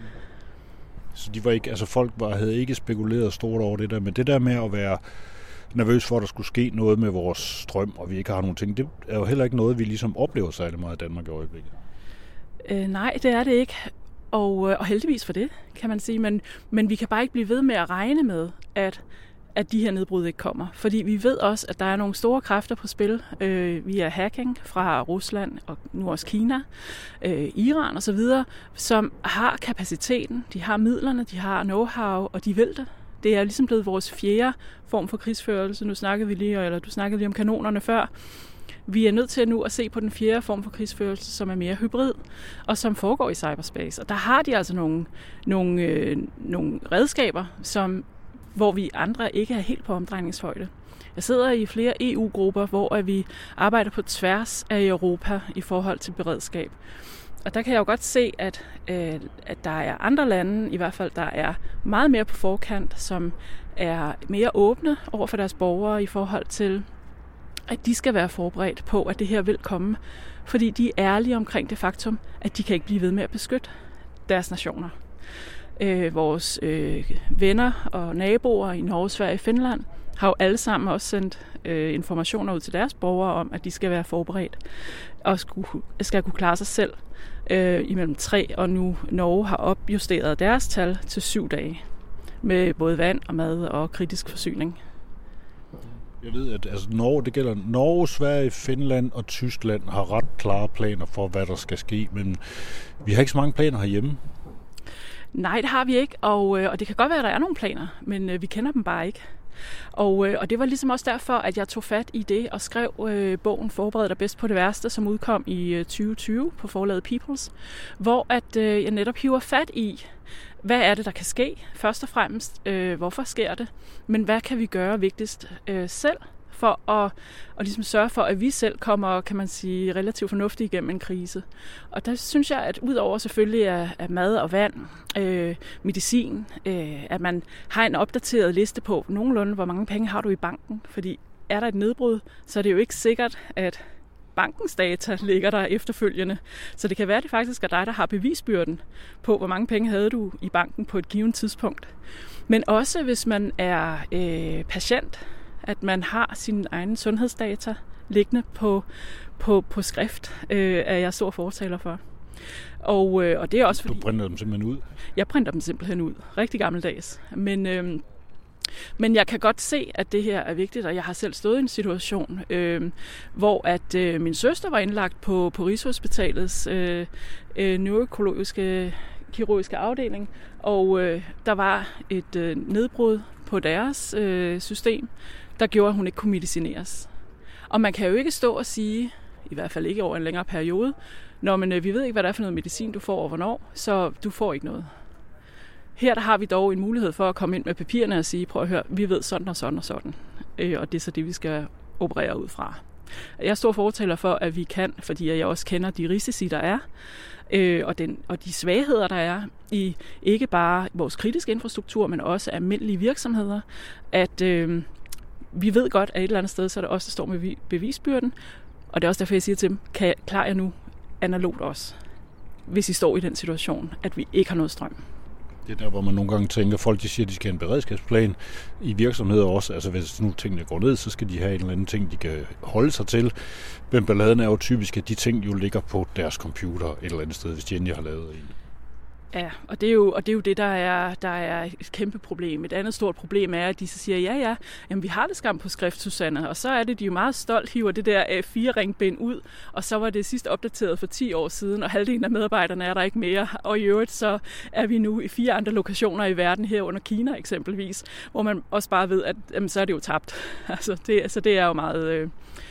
Så de var ikke, altså folk var, havde ikke spekuleret stort over det der, men det der med at være nervøs for, at der skulle ske noget med vores strøm, og vi ikke har nogen ting, det er jo heller ikke noget, vi ligesom oplever særlig meget i Danmark i øjeblikket. Øh, nej, det er det ikke. Og, og heldigvis for det, kan man sige. Men, men vi kan bare ikke blive ved med at regne med, at, at de her nedbrud ikke kommer. Fordi vi ved også, at der er nogle store kræfter på spil øh, via hacking fra Rusland og nu også Kina, øh, Iran osv., som har kapaciteten, de har midlerne, de har know-how, og de vil det. Det er ligesom blevet vores fjerde form for krigsførelse. Nu snakkede vi lige, eller du snakkede lige om kanonerne før. Vi er nødt til nu at se på den fjerde form for krigsførelse, som er mere hybrid, og som foregår i cyberspace. Og der har de altså nogle, nogle, øh, nogle redskaber, som, hvor vi andre ikke er helt på omdrejningshøjde. Jeg sidder i flere E U-grupper, hvor vi arbejder på tværs af Europa i forhold til beredskab. Og der kan jeg jo godt se, at, øh, at der er andre lande, i hvert fald der er meget mere på forkant, som er mere åbne over for deres borgere i forhold til, at de skal være forberedt på, at det her vil komme. Fordi de er ærlige omkring det faktum, at de kan ikke blive ved med at beskytte deres nationer. Øh, vores øh, venner og naboer i Norge, Sverige og Finland har jo alle sammen også sendt øh, informationer ud til deres borgere om, at de skal være forberedt og skulle, skal kunne klare sig selv øh, imellem tre, og nu Norge har opjusteret deres tal til syv dage med både vand og mad og kritisk forsyning. Jeg ved, at altså, Norge, det gælder Norge, Sverige, Finland og Tyskland har ret klare planer for, hvad der skal ske, men vi har ikke så mange planer herhjemme. Nej, det har vi ikke, og, øh, og det kan godt være, at der er nogle planer, men øh, vi kender dem bare ikke. Og, øh, og det var ligesom også derfor, at jeg tog fat i det og skrev øh, bogen Forbered dig bedst på det værste, som udkom i øh, tyve tyve på forlaget Peoples, hvor at øh, jeg netop hiver fat i, hvad er det, der kan ske? Først og fremmest, øh, hvorfor sker det? Men hvad kan vi gøre vigtigst øh, selv for at, at ligesom sørge for, at vi selv kommer, kan man sige, relativt fornuftigt igennem en krise? Og der synes jeg, at udover selvfølgelig at, at mad og vand, øh, medicin, øh, at man har en opdateret liste på nogenlunde, hvor mange penge har du i banken? Fordi er der et nedbrud, så er det jo ikke sikkert, at bankens data ligger der efterfølgende. Så det kan være, at det faktisk er dig, der har bevisbyrden på, hvor mange penge havde du i banken på et givet tidspunkt. Men også hvis man er øh, patient, at man har sine egne sundhedsdata liggende på, på, på skrift, øh, er jeg stor fortaler for. Og, øh, og det er også fordi... Du printer dem simpelthen ud? Jeg printer dem simpelthen ud. Rigtig gammeldags. Men... Øh, Men jeg kan godt se, at det her er vigtigt, og jeg har selv stået i en situation, øh, hvor at øh, min søster var indlagt på, på Rigshospitalets øh, øh, neurokirurgiske kirurgiske afdeling, og øh, der var et øh, nedbrud på deres øh, system. der gjorde, at hun ikke kunne medicineres. Og man kan jo ikke stå og sige, i hvert fald ikke over en længere periode, når men, øh, vi ved ikke, hvad det er for noget medicin, du får og hvornår, så du får ikke noget. Her der har vi dog en mulighed for at komme ind med papirerne og sige, prøv at høre, vi ved sådan og sådan og sådan. Øh, og det er så det, vi skal operere ud fra. Jeg er stor fortaler for, at vi kan, fordi jeg også kender de risici, der er, øh, og, den, og de svagheder, der er i ikke bare vores kritiske infrastruktur, men også almindelige virksomheder, at øh, vi ved godt, at et eller andet sted, så er det også, der står med bevisbyrden, og det er også derfor, jeg siger til dem, kan, klarer jeg nu analogt også, hvis I står i den situation, at vi ikke har noget strøm. Det er der, hvor man nogle gange tænker, folk de siger, at de skal have en beredskabsplan i virksomheder også. Altså hvis nu tingene går ned, så skal de have en eller anden ting, de kan holde sig til. Men balladen er jo typisk, at de ting jo ligger på deres computer et eller andet sted, hvis de endelig har lavet en. Ja, og det er jo, og det er jo det, der er, der er et kæmpe problem. Et andet stort problem er, at de så siger, ja, ja, jamen, vi har det skam på skrift, Susanne. Og så er det, de jo meget stolt hiver det der A fire ringbind ud, og så var det sidst opdateret for ti år siden, og halvdelen af medarbejderne er der ikke mere. Og i øvrigt, så er vi nu i fire andre lokationer i verden, herunder Kina eksempelvis, hvor man også bare ved, at jamen, så er det jo tabt. Altså, det, så det er jo meget... Øh,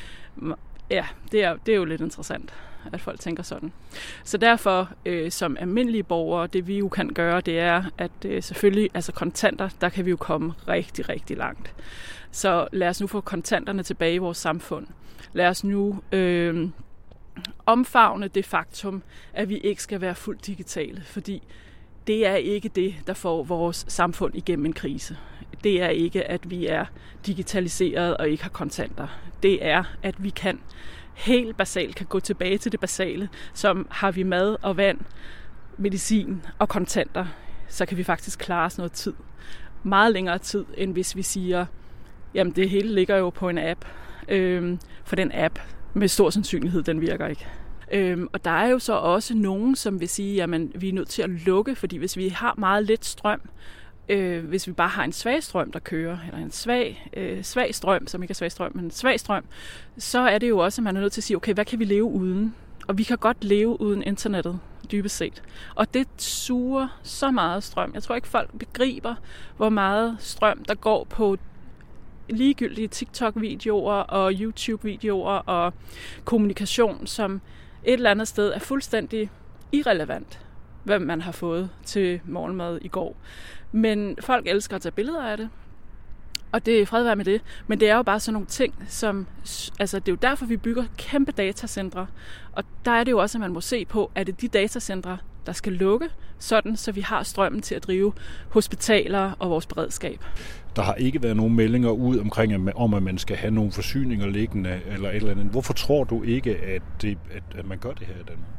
ja, det er, det er jo lidt interessant, at folk tænker sådan. Så derfor, øh, som almindelige borgere, det vi jo kan gøre, det er, at øh, selvfølgelig, altså kontanter, der kan vi jo komme rigtig, rigtig langt. Så lad os nu få kontanterne tilbage i vores samfund. Lad os nu øh, omfavne det faktum, at vi ikke skal være fuldt digitale, fordi det er ikke det, der får vores samfund igennem en krise. Det er ikke, at vi er digitaliseret og ikke har kontanter. Det er, at vi kan helt basalt kan gå tilbage til det basale, som har vi mad og vand, medicin og kontanter, så kan vi faktisk klare os noget tid. Meget længere tid, end hvis vi siger, jamen det hele ligger jo på en app, øhm, for den app med stor sandsynlighed, den virker ikke. Øhm, og der er jo så også nogen, som vil sige, jamen vi er nødt til at lukke, fordi hvis vi har meget lidt strøm, Øh, hvis vi bare har en svag strøm, der kører, eller en svag, øh, svag strøm, som ikke er svag strøm, men en svag strøm, så er det jo også, at man er nødt til at sige, okay, hvad kan vi leve uden? Og vi kan godt leve uden internettet, dybest set. Og det suger så meget strøm. Jeg tror ikke, folk begriber, hvor meget strøm, der går på ligegyldige TikTok-videoer og YouTube-videoer og kommunikation, som et eller andet sted er fuldstændig irrelevant, hvad man har fået til morgenmad i går. Men folk elsker at tage billeder af det, og det er fred være med det. Men det er jo bare sådan nogle ting, som... Altså, det er jo derfor, vi bygger kæmpe datacentre. Og der er det jo også, at man må se på, at det er de datacentre, der skal lukke, sådan så vi har strømmen til at drive hospitaler og vores beredskab. Der har ikke været nogen meldinger ud omkring, om at man skal have nogle forsyninger liggende eller et eller andet. Hvorfor tror du ikke, at, det, at, at man gør det her i Danmark?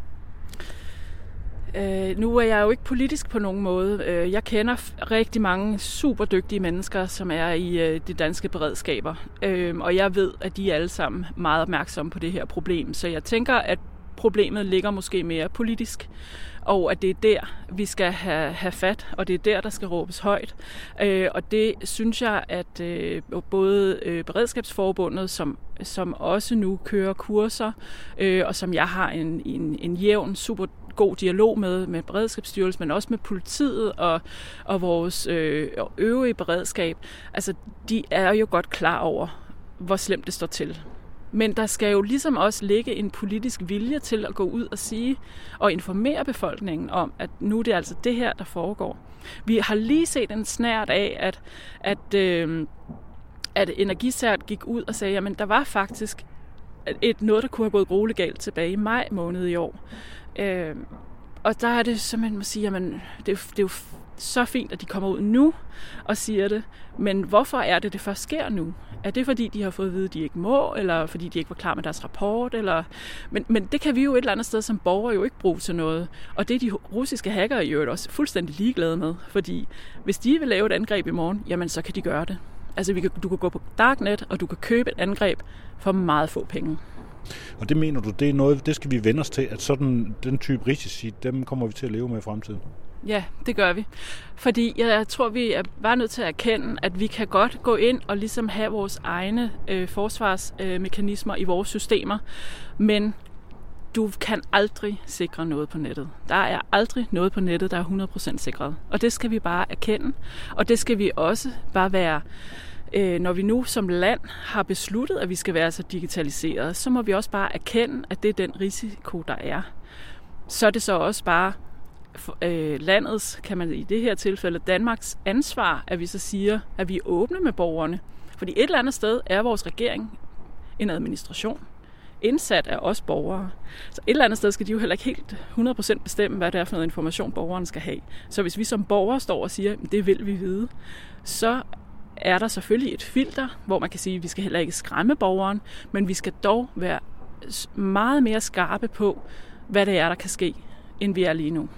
Uh, nu er jeg jo ikke politisk på nogen måde. Uh, jeg kender f- rigtig mange super dygtige mennesker, som er i uh, de danske beredskaber. Uh, og jeg ved, at de er alle sammen meget opmærksomme på det her problem. Så jeg tænker, at problemet ligger måske mere politisk, og at det er der, vi skal have, have fat, og det er der, der skal råbes højt. Uh, og det synes jeg, at uh, både uh, Beredskabsforbundet, som som også nu kører kurser, uh, og som jeg har en, en, en jævn, super god dialog med, med Beredskabsstyrelsen, men også med politiet og, og vores øh, øvrige beredskab. Altså, de er jo godt klar over, hvor slemt det står til. Men der skal jo ligesom også ligge en politisk vilje til at gå ud og sige og informere befolkningen om, at nu er det altså det her, der foregår. Vi har lige set en snært af, at, at, øh, at Energisert gik ud og sagde, at der var faktisk et, noget, der kunne have gået grueligt galt tilbage i maj måned i år. Øh, og der er det, som man må sige, jamen, det, er, det er jo så fint, at de kommer ud nu og siger det, men hvorfor er det, det først sker nu? Er det, fordi de har fået at vide, at de ikke må, eller fordi de ikke var klar med deres rapport? Eller... Men, men det kan vi jo et eller andet sted som borgere jo ikke bruge til noget. Og det er de russiske hackere jo også fuldstændig ligeglade med, fordi hvis de vil lave et angreb i morgen, jamen så kan de gøre det. Altså vi kan, du kan gå på Darknet, og du kan købe et angreb for meget få penge. Og det mener du, det er noget, det skal vi vende os til, at sådan den type risici, dem kommer vi til at leve med i fremtiden? Ja, det gør vi. Fordi jeg tror, vi er bare nødt til at erkende, at vi kan godt gå ind og ligesom have vores egne øh, forsvarsmekanismer øh, i vores systemer, men du kan aldrig sikre noget på nettet. Der er aldrig noget på nettet, der er hundrede procent sikret. Og det skal vi bare erkende. Og det skal vi også bare være øh, når vi nu som land har besluttet, at vi skal være så digitaliseret, så må vi også bare erkende, at det er den risiko, der er. Så er det så også bare øh, landets, kan man i det her tilfælde, Danmarks ansvar, at vi så siger, at vi er åbne med borgerne. Fordi et eller andet sted er vores regering en administration, indsat af os borgere. Så et eller andet sted skal de jo heller ikke helt hundrede procent bestemme, hvad det er for noget information, borgeren skal have. Så hvis vi som borgere står og siger, det vil vi vide, så er der selvfølgelig et filter, hvor man kan sige, at vi skal heller ikke skræmme borgeren, men vi skal dog være meget mere skarpe på, hvad det er, der kan ske, end vi er lige nu.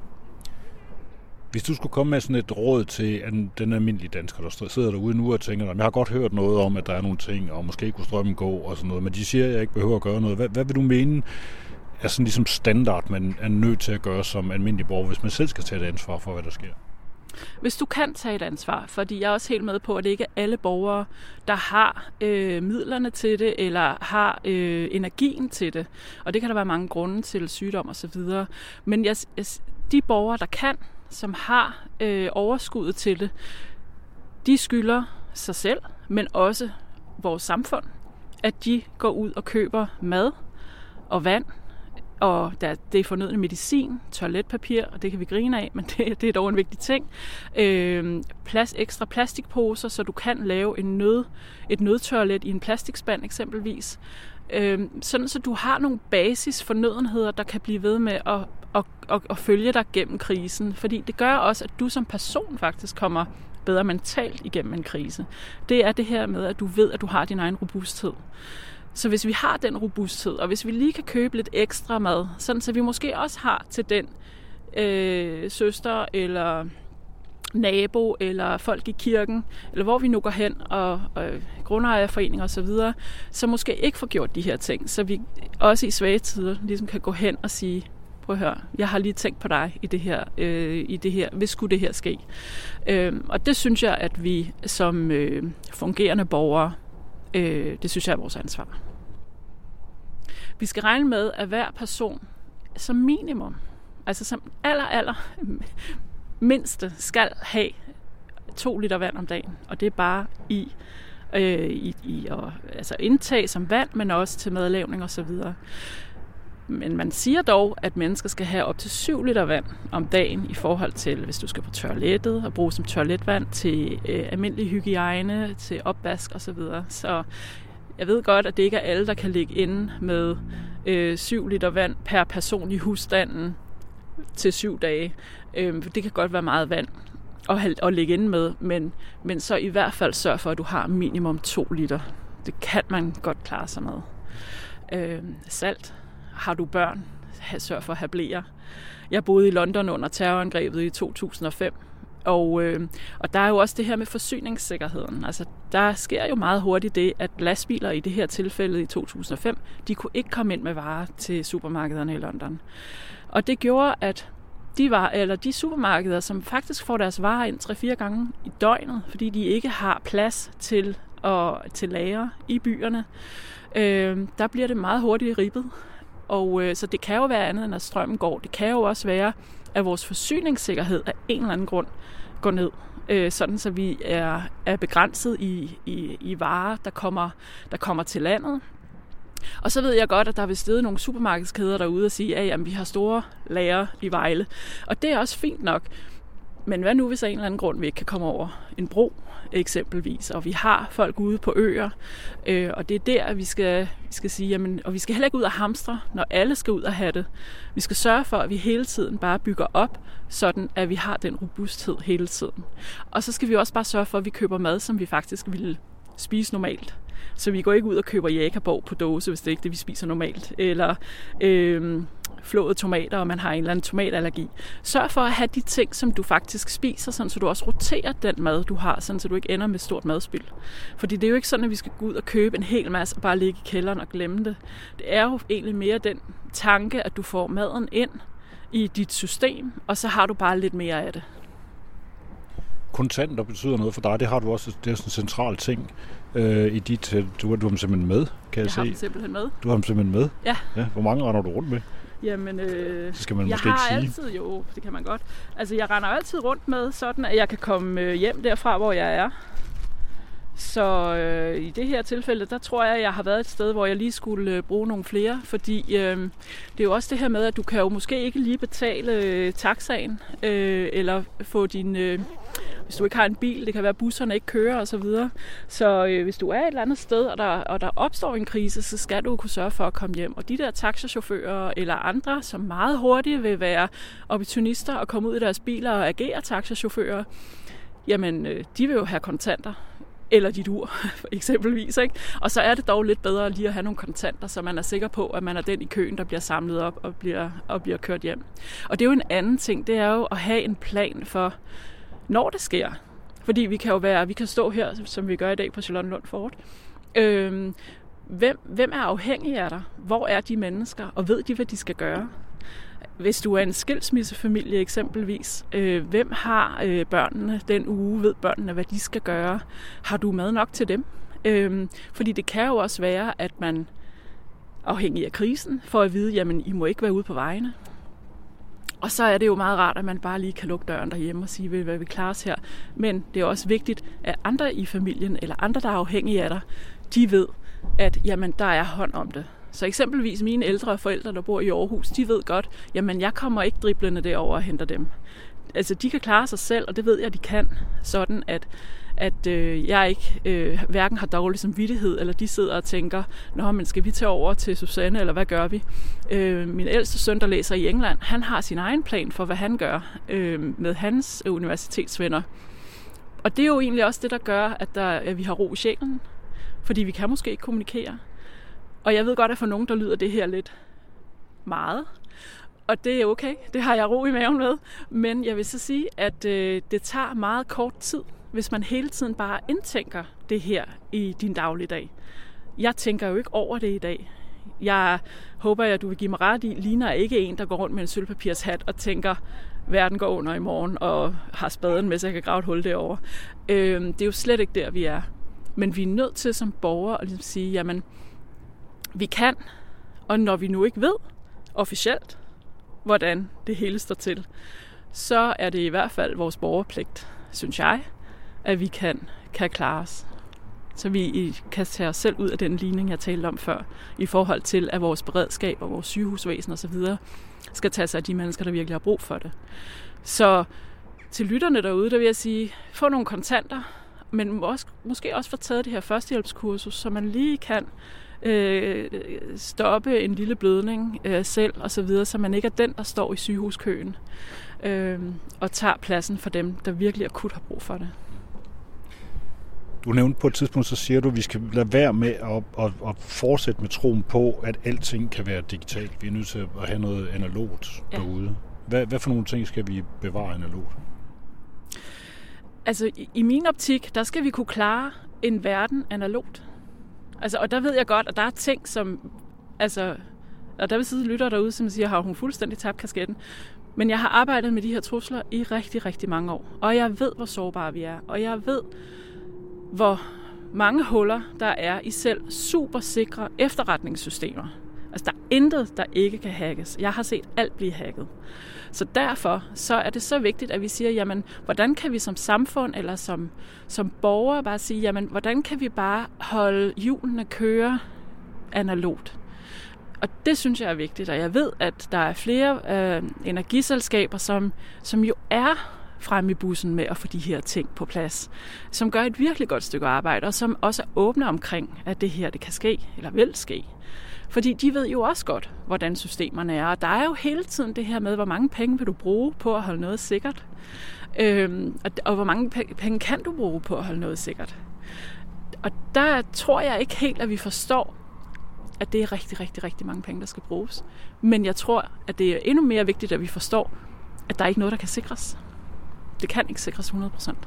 Hvis du skulle komme med sådan et råd til den almindelige dansker, der sidder derude nu og tænker, jeg har godt hørt noget om, at der er nogle ting, og måske kunne strømmen gå og sådan noget, men de siger, at jeg ikke behøver at gøre noget. Hvad, hvad vil du mene er sådan ligesom standard, man er nødt til at gøre som almindelig borger, hvis man selv skal tage et ansvar for, hvad der sker? Hvis du kan tage et ansvar, fordi jeg er også helt med på, at det ikke er alle borgere, der har øh, midlerne til det, eller har øh, energien til det. Og det kan der være mange grunde til, sygdom og så videre. Men jeg, jeg, de borgere, der kan, som har øh, overskuddet til det, de skylder sig selv, men også vores samfund, at de går ud og køber mad og vand, og der, det er fornødne medicin, toiletpapir, og det kan vi grine af, men det, det er dog en vigtig ting. Øh, plads, ekstra plastikposer, så du kan lave en nød, et nødtoilet i en plastikspand eksempelvis. Øh, sådan så du har nogle basisfornødenheder, der kan blive ved med at, at, at, at følge dig gennem krisen. Fordi det gør også, at du som person faktisk kommer bedre mentalt igennem en krise. Det er det her med, at du ved, at du har din egen robusthed. Så hvis vi har den robusthed, og hvis vi lige kan købe lidt ekstra mad, sådan så vi måske også har til den øh, søster eller nabo eller folk i kirken, eller hvor vi nu går hen, og, og grundejerforeninger osv., så, så måske ikke får gjort de her ting, så vi også i svage tider ligesom kan gå hen og sige, prøv at høre, jeg har lige tænkt på dig i det her, øh, i det her hvis skulle det her ske. Øh, og det synes jeg, at vi som øh, fungerende borgere, øh, det synes jeg er vores ansvar. Vi skal regne med, at hver person som minimum, altså som aller, aller mindste, skal have to liter vand om dagen. Og det er bare i, øh, i, i og, altså indtag som vand, men også til madlavning og så videre. Men man siger dog, at mennesker skal have op til syv liter vand om dagen i forhold til, hvis du skal på toilettet og bruge som toiletvand til øh, almindelig hygiejne, til opvask og så videre. Så jeg ved godt, at det ikke er alle, der kan ligge inde med øh, syv liter vand per person i husstanden til syv dage. Øh, det kan godt være meget vand at, at ligge inde med, men, men så i hvert fald sørg for, at du har minimum to liter. Det kan man godt klare sig med. Øh, salt. Har du børn, sørg for at have bleer. Jeg boede i London under terrorangrebet i to tusind og fem, og, øh, og der er jo også det her med forsyningssikkerheden. Altså, der sker jo meget hurtigt det, at lastbiler i det her tilfælde i to tusind og fem, de kunne ikke komme ind med varer til supermarkederne i London. Og det gjorde, at de, var, eller de supermarkeder, som faktisk får deres varer ind tre-fire gange i døgnet, fordi de ikke har plads til, og, til lager i byerne, øh, der bliver det meget hurtigt ribbet. Og øh, så det kan jo være andet, end at strømmen går. Det kan jo også være, at vores forsyningssikkerhed af en eller anden grund går ned. Øh, sådan så vi er, er begrænset i, i, i varer, der kommer, der kommer til landet. Og så ved jeg godt, at der vil stedet nogle supermarkedskæder derude og sige, at jamen, vi har store lager i Vejle. Og det er også fint nok. Men hvad nu, hvis af en eller anden grund vi ikke kan komme over en bro, eksempelvis, og vi har folk ude på øer, øh, og det er der, vi skal, vi skal sige, jamen, og vi skal heller ikke ud og hamstre, når alle skal ud og have det. Vi skal sørge for, at vi hele tiden bare bygger op, sådan at vi har den robusthed hele tiden. Og så skal vi også bare sørge for, at vi køber mad, som vi faktisk ville spise normalt. Så vi går ikke ud og køber jægerborg på dåse, hvis det ikke er det, vi spiser normalt. Eller øh, flåede tomater, og man har en eller anden tomatallergi. Sørg for at have de ting, som du faktisk spiser, sådan, så du også roterer den mad, du har, sådan, så du ikke ender med stort madspild. Fordi det er jo ikke sådan, at vi skal gå ud og købe en hel masse og bare ligge i kælderen og glemme det. Det er jo egentlig mere den tanke, at du får maden ind i dit system, og så har du bare lidt mere af det. Kontanter betyder noget for dig. Det har du også, det er sådan en central ting øh, i dit. Du, du har dem simpelthen med, kan jeg, jeg se. Jeg har dem simpelthen med. Du har dem simpelthen med? Ja. Ja. Hvor mange render du rundt med? Jamen, øh, så skal man jeg måske har ikke sige. altid jo, det kan man godt. Altså, jeg render altid rundt med, sådan at jeg kan komme hjem derfra, hvor jeg er. Så øh, i det her tilfælde, der tror jeg, at jeg har været et sted, hvor jeg lige skulle øh, bruge nogle flere, fordi øh, det er jo også det her med, at du kan jo måske ikke lige betale øh, taxaen, øh, eller få din, øh, hvis du ikke har en bil, det kan være, at busserne ikke kører osv. Så, videre. så øh, hvis du er et eller andet sted, og der, og der opstår en krise, så skal du kunne sørge for at komme hjem. Og de der taxachauffører eller andre, som meget hurtigt vil være opportunister og komme ud i deres biler og agere taxachauffører, jamen øh, de vil jo have kontanter. Eller dit ur, eksempelvis. Ikke? Og så er det dog lidt bedre lige at have nogle kontanter, så man er sikker på, at man er den i køen, der bliver samlet op og bliver, og bliver kørt hjem. Og det er jo en anden ting, det er jo at have en plan for, når det sker. Fordi vi kan jo være, vi kan stå her, som vi gør i dag på Charlottenlund Fort. Øhm, hvem, hvem er afhængig af dig? Hvor er de mennesker? Og ved de, hvad de skal gøre? Hvis du er en skilsmissefamilie eksempelvis, øh, hvem har øh, børnene den uge? Ved børnene, hvad de skal gøre? Har du mad nok til dem? Øh, fordi det kan jo også være, at man afhængig af krisen får at vide, jamen I må ikke være ude på vejene. Og så er det jo meget rart, at man bare lige kan lukke døren derhjemme og sige, hvad vi klarer os her. Men det er også vigtigt, at andre i familien eller andre, der er afhængige af dig, de ved, at jamen, der er hånd om det. Så eksempelvis mine ældre forældre, der bor i Aarhus, de ved godt, jamen jeg kommer ikke driblende derover og henter dem. Altså de kan klare sig selv, og det ved jeg, de kan, sådan at, at øh, jeg ikke øh, hverken har dårlig samvittighed, eller de sidder og tænker, nå, men skal vi tage over til Susanne, eller hvad gør vi? Øh, min ældste søn, der læser i England, han har sin egen plan for, hvad han gør øh, med hans universitetsvenner. Og det er jo egentlig også det, der gør, at, der, at vi har ro i sjælen, fordi vi kan måske ikke kommunikere. Og jeg ved godt, at for nogen, der lyder det her lidt meget. Og det er okay. Det har jeg ro i maven med. Men jeg vil så sige, at øh, det tager meget kort tid, hvis man hele tiden bare indtænker det her i din dagligdag. Jeg tænker jo ikke over det i dag. Jeg håber, at du vil give mig ret i, ligner ikke en, der går rundt med en sølvpapirshat og tænker, verden går under i morgen og har spaden med, så jeg kan grave et hul derovre. Øh, det er jo slet ikke der, vi er. Men vi er nødt til som borgere at ligesom sige, jamen, vi kan, og når vi nu ikke ved officielt, hvordan det hele står til, så er det i hvert fald vores borgerpligt, synes jeg, at vi kan, kan klare os. Så vi kan tage os selv ud af den ligning, jeg talte om før, i forhold til, at vores beredskab og vores sygehusvæsen osv. skal tage sig af de mennesker, der virkelig har brug for det. Så til lytterne derude, der vil jeg sige, få nogle kontanter, men også, måske også få taget det her førstehjælpskursus, så man lige kan øh, stoppe en lille blødning øh, selv og så videre, så man ikke er den, der står i sygehuskøen øh, og tager pladsen for dem, der virkelig akut har brug for det. Du nævnte på et tidspunkt, så siger du, at vi skal lade være med at, at, at fortsætte med troen på, at alting kan være digitalt. Vi er nødt til at have noget analogt ja. derude. Hvad, hvad for nogle ting skal vi bevare analogt? Altså, i, i min optik, der skal vi kunne klare en verden analogt. Altså, og der ved jeg godt, at der er ting, som... Altså, og der vil sidde lytter derude, som siger, har hun fuldstændig tabt kasketten. Men jeg har arbejdet med de her trusler i rigtig, rigtig mange år. Og jeg ved, hvor sårbare vi er. Og jeg ved, hvor mange huller der er i selv super sikre efterretningssystemer. Altså, der er intet, der ikke kan hackes. Jeg har set alt blive hacket. Så derfor så er det så vigtigt, at vi siger, jamen, hvordan kan vi som samfund eller som, som borgere bare sige, jamen, hvordan kan vi bare holde hjulene køre analogt? Og det synes jeg er vigtigt, og jeg ved, at der er flere øh, energiselskaber, som, som jo er frem i bussen med at få de her ting på plads, som gør et virkelig godt stykke arbejde, og som også er åbne omkring, at det her det kan ske, eller vil ske. Fordi de ved jo også godt, hvordan systemerne er. Og der er jo hele tiden det her med, hvor mange penge vil du bruge på at holde noget sikkert. Øhm, og, og hvor mange penge kan du bruge på at holde noget sikkert. Og der tror jeg ikke helt, at vi forstår, at det er rigtig, rigtig, rigtig mange penge, der skal bruges. Men jeg tror, at det er endnu mere vigtigt, at vi forstår, at der er ikke noget, der kan sikres. Det kan ikke sikres hundrede procent.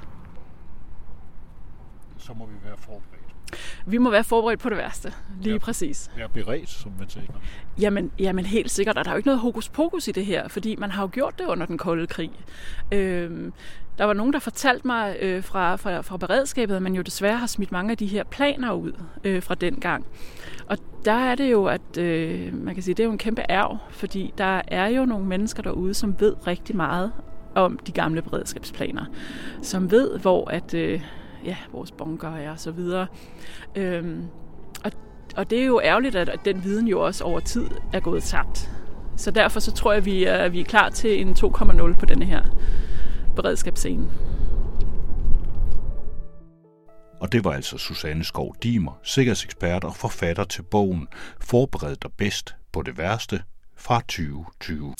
Så må vi være forberedt. Vi må være forberedt på det værste, lige ja, præcis. Være beredt, som man tænker. Jamen, jamen helt sikkert, og der er jo ikke noget hokus pokus i det her, fordi man har jo gjort det under den kolde krig. Øhm, der var nogen, der fortalte mig øh, fra, fra, fra beredskabet, at man jo desværre har smidt mange af de her planer ud øh, fra den gang. Og der er det jo, at øh, man kan sige, det er jo en kæmpe ærg, fordi der er jo nogle mennesker derude, som ved rigtig meget om de gamle beredskabsplaner, som ved, hvor at... Øh, ja, vores bunker er og så videre. Øhm, og, og det er jo ærgerligt, at den viden jo også over tid er gået tabt. Så derfor så tror jeg, at vi er, vi er klar til en to komma nul på denne her beredskabsscene. Og det var altså Susanne Skov Dimer, sikkerhedsekspert og forfatter til bogen Forbered dig bedst på det værste fra tyve tyve.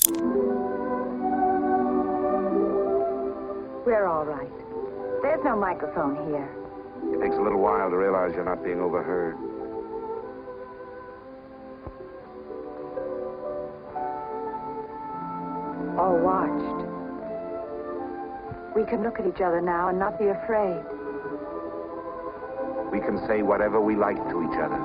We're all right. There's no microphone here. It takes a little while to realize you're not being overheard. Or watched. We can look at each other now and not be afraid. We can say whatever we like to each other.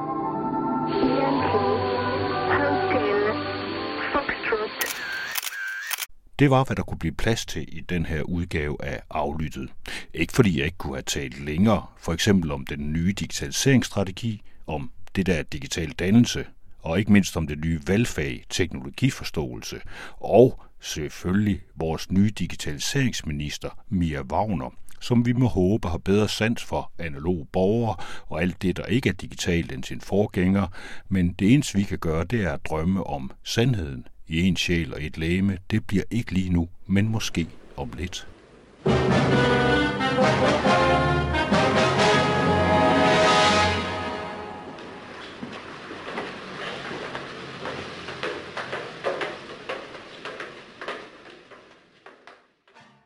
Det var, hvad der kunne blive plads til i den her udgave af Aflyttet. Ikke fordi jeg ikke kunne have talt længere, for eksempel om den nye digitaliseringsstrategi, om det der digital dannelse, og ikke mindst om det nye valgfag, teknologiforståelse, og selvfølgelig vores nye digitaliseringsminister, Mia Wagner, som vi må håbe har bedre sans for analoge borgere og alt det, der ikke er digitalt end sin forgænger, men det eneste, vi kan gøre, det er at drømme om sandheden i en sjæl og et legeme. Det bliver ikke lige nu, men måske om lidt.